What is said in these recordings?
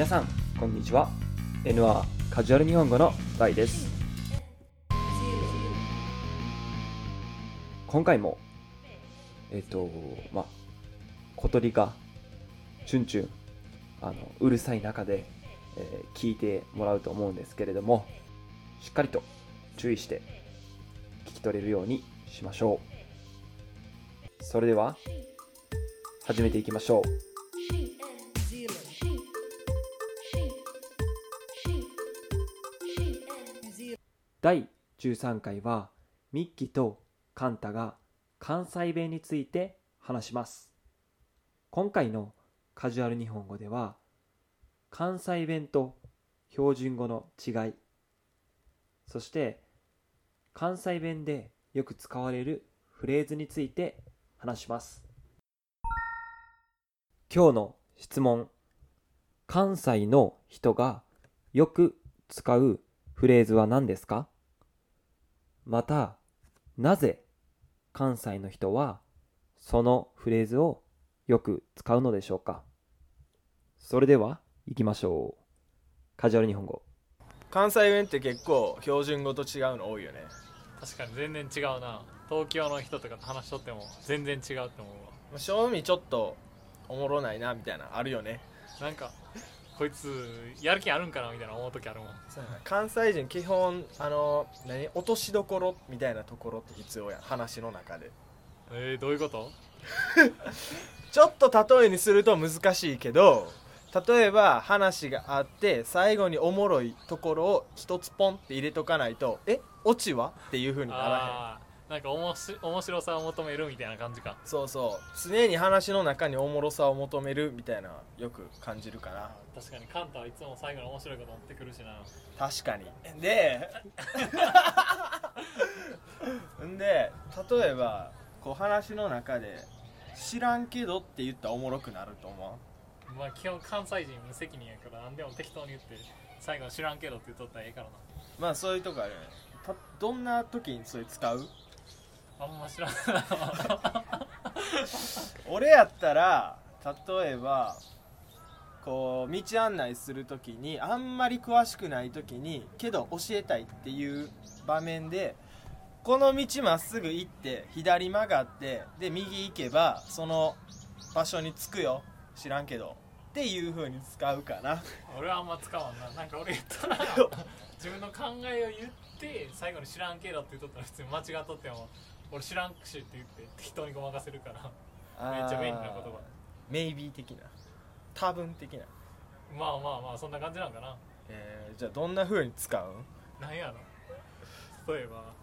皆さんこんにちは。 NR カジュアル日本語のダイです。今回も小鳥がチュンチュンうるさい中で、聞いてもらうと思うんですけれども、しっかりと注意して聞き取れるようにしましょう。それでは始めていきましょう。第13回はミッキーとカンタが関西弁について話します。今回のカジュアル日本語では関西弁と標準語の違い、そして関西弁でよく使われるフレーズについて話します。今日の質問、関西の人がよく使うフレーズは何ですか？また、なぜ関西の人はそのフレーズをよく使うのでしょうか？それでは行きましょう。カジュアル日本語。 関西弁って結構標準語と違うの多いよね。 確かに全然違うな。東京の人とかと話しとっても全然違うって思うわ。 正味ちょっとおもろないなみたいなあるよね。 なんかこいつやる気あるんかなみたいな思う時あるもん。 関西人基本落としどころみたいなところって必要やん、話の中で。 どういうこと？ ちょっと例えにすると難しいけど、例えば話があって最後におもろいところを一つポンって入れとかないとオチはっていう風にならへん。 なんか面白さを求めるみたいな感じか。 そうそう、常に話の中におもろさを求めるみたいなよく感じるかな。 確かにカンタはいつも最後に面白いこと持ってくるしな。 確かに。で例えばこう話の中で知らんけどって言ったらおもろくなると思う。まあ基本関西人無責任やから何でも適当に言って最後に知らんけどって言っとったらええからな。 まあそういうとこあるよね。どんな時にそれ使う？ あんま知らん俺やったら例えばこう道案内するときにあんまり詳しくないときにけど教えたいっていう場面で、この道まっすぐ行って左曲がってで右行けばその場所に着くよ、知らんけどっていう風に使うかな。 俺はあんま使わんな。なんか俺言ったら自分の考えを言って最後に知らんけどって言っとったら普通に間違っとっても俺知らんくしって言って適当にごまかせるからめっちゃ便利な言葉。 メイビー的な、多分的な。 まあそんな感じなんかな。 じゃあどんな風に使う？ なんやろ。例えば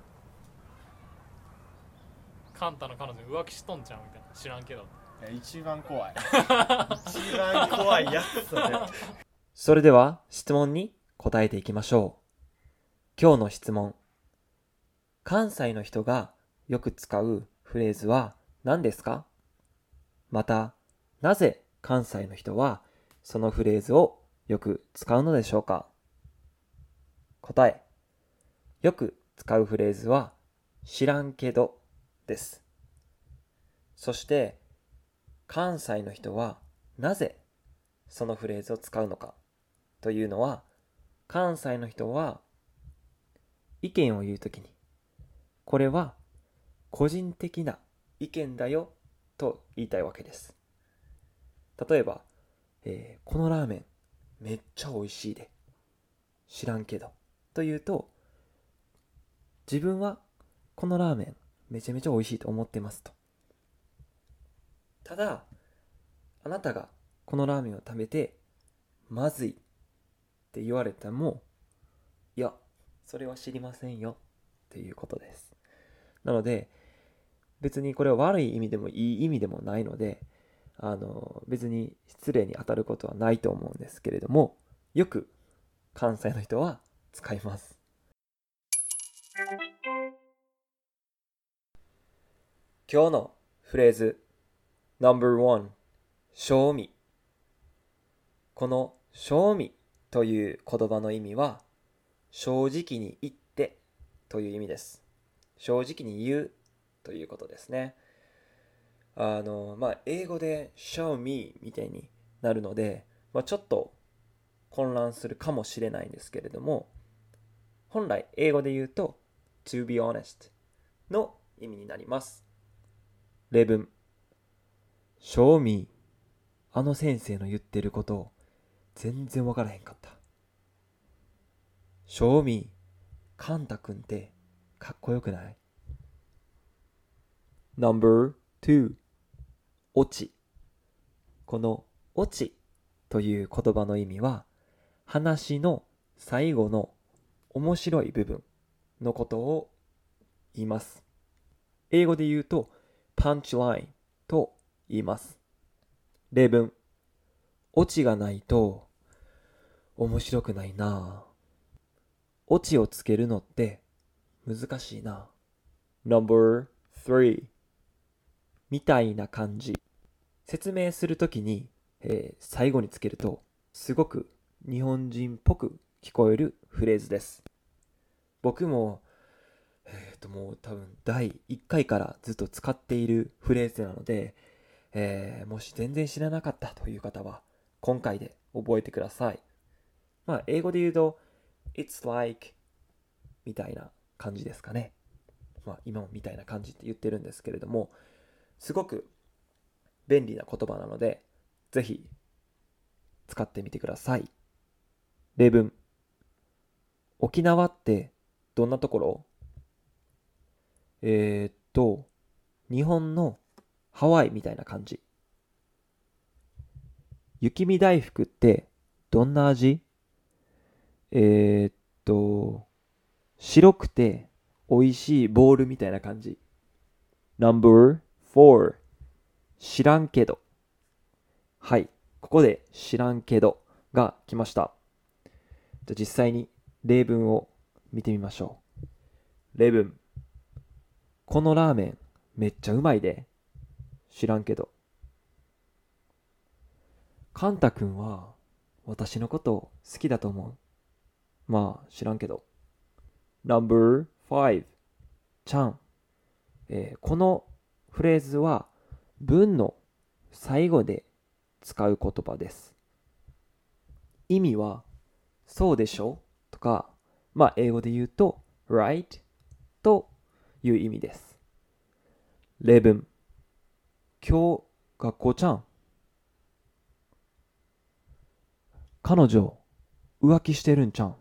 カンタの彼女浮気しとんちゃうみたいな、知らんけど。 一番怖い一番怖いやつ。 それでは質問に答えていきましょう。今日の質問、関西の人がよく使うフレーズは何ですか？また、なぜ関西の人はそのフレーズをよく使うのでしょうか？答え、よく使うフレーズは知らんけどです。そして関西の人はなぜそのフレーズを使うのかというのは、関西の人は意見を言うときにこれは個人的な意見だよと言いたいわけです。例えば、このラーメンめっちゃ美味しいで知らんけどというと、自分はこのラーメンめちゃめちゃ美味しいと思ってますと。ただあなたがこのラーメンを食べてまずいって言われても、いやそれは知りませんよっていうことです。なので別にこれは悪い意味でもいい意味でもないので、別に失礼に当たることはないと思うんですけれども、よく関西の人は使います。今日のフレーズ No.1、 賞味。この賞味という言葉の意味は正直に言ってという意味です。正直に言うということですね。英語で show me みたいになるので、ちょっと混乱するかもしれないんですけれども、本来英語で言うと to be honest の意味になります。例文。Show me あの先生の言ってること全然わからへんかった。Show me カンタくんってかっこよくない？ No.2 オチ。このオチという言葉の意味は、話の最後の面白い部分のことを言います。英語で言うとパンチラインと言います。例文。オチがないと面白くないな。オチをつけるのって難しいな。No.3 みたいな感じ。説明するときに、最後につけるとすごく日本人っぽく聞こえるフレーズです。僕ももう多分第1回からずっと使っているフレーズなので、もし全然知らなかったという方は今回で覚えてください。英語で言うと It's like みたいな感じですかね。今もみたいな感じって言ってるんですけれども、すごく便利な言葉なのでぜひ使ってみてください。例文。沖縄ってどんなところ？日本のハワイみたいな感じ。雪見大福ってどんな味？白くて美味しいボールみたいな感じ。No.4 知らんけど。はい、ここで知らんけどが来ました。じゃあ実際に例文を見てみましょう。例文。このラーメンめっちゃうまいで。知らんけど。カンタくんは私のこと好きだと思う。知らんけど。No.5 ちゃん。このフレーズは文の最後で使う言葉です。意味はそうでしょとか、英語で言うと right という意味です。例文。今日学校ちゃん。彼女浮気してるんちゃん。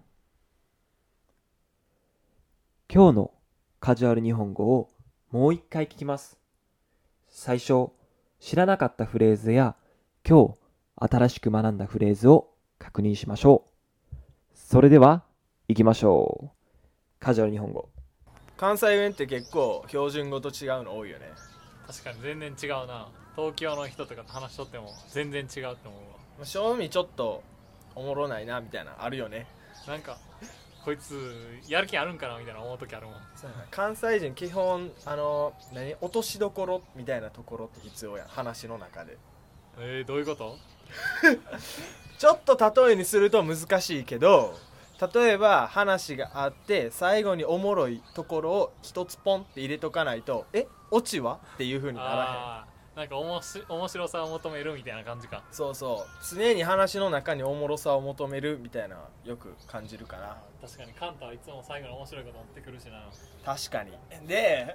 今日のカジュアル日本語をもう一回聞きます。最初知らなかったフレーズや今日新しく学んだフレーズを確認しましょう。それでは行きましょう。カジュアル日本語。 関西弁って結構標準語と違うの多いよね。 確かに全然違うな。東京の人とかと話しとっても全然違うって思うわ。 正味ちょっとおもろないなみたいなあるよね。 なんかこいつやる気あるんかなみたいな思う時あるもん。 関西人基本落としどころみたいなところって必要やん、話の中で。 どういうこと？ ちょっと例えにすると難しいけど、例えば話があって最後におもろいところを一つポンって入れとかないとオチはっていう風にならへん。 なんか面白さを求めるみたいな感じか。 そうそう、常に話の中におもろさを求めるみたいなよく感じるかな。 確かにカンタはいつも最後に面白いこと持ってくるしな。 確かに。で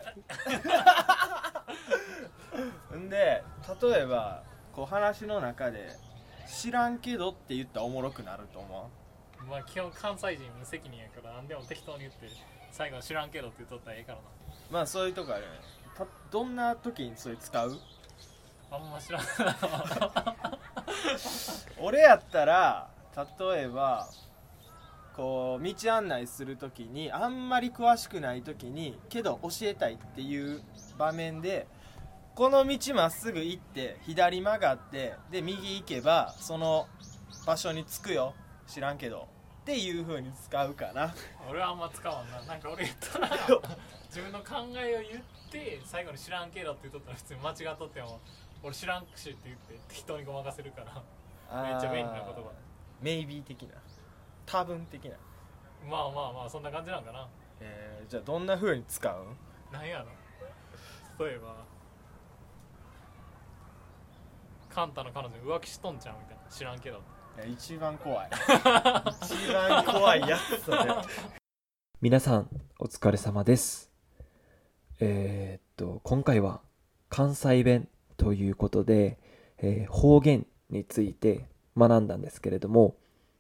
例えばこう話の中で知らんけどって言ったらおもろくなると思う。 基本関西人無責任やから何でも適当に言って最後に知らんけどって言っとったらええからな。 そういうとこあるよね。どんな時にそれ使う？ あんま知らん俺やったら例えばこう道案内するときにあんまり詳しくないときにけど教えたいっていう場面で、この道まっすぐ行って左曲がってで右行けばその場所に着くよ知らんけどっていう風に使うかな。 俺はあんま使わんな。なんか俺言ったら自分の考えを言って最後に知らんけどって言っとったら普通に間違っとっても俺知らんくしって言って適当にごまかせるからめっちゃ便利な言葉。 メイビー的な、多分的な。 まあそんな感じなんかな。 じゃあどんな風に使う？ なんやろ。例えばカンタの彼女浮気しとんちゃうみたいな。知らんけどや一番怖い一番怖いやつそれ。 皆さんお疲れ様です。今回は関西弁ということで、方言について学んだんですけれども、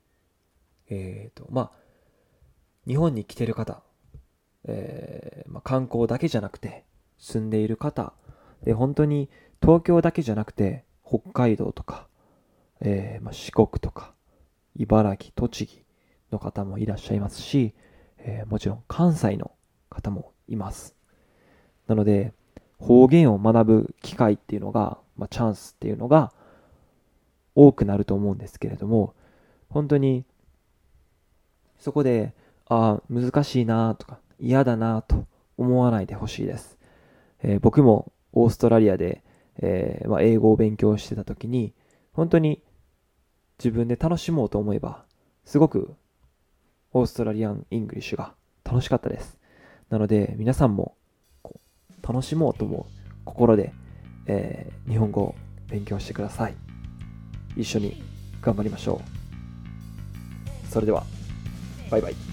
日本に来てる方、観光だけじゃなくて住んでいる方で、本当に東京だけじゃなくて北海道とか、四国とか茨城、栃木の方もいらっしゃいますし、もちろん関西の方もいます。なので方言を学ぶ機会っていうのが、チャンスっていうのが多くなると思うんですけれども、本当にそこで難しいなとか嫌だなと思わないでほしいです。僕もオーストラリアで、英語を勉強してた時に本当に自分で楽しもうと思えばすごくオーストラリアン・イングリッシュが楽しかったです。なので皆さんも楽しもうと思う心で、日本語を勉強してください。一緒に頑張りましょう。それではバイバイ。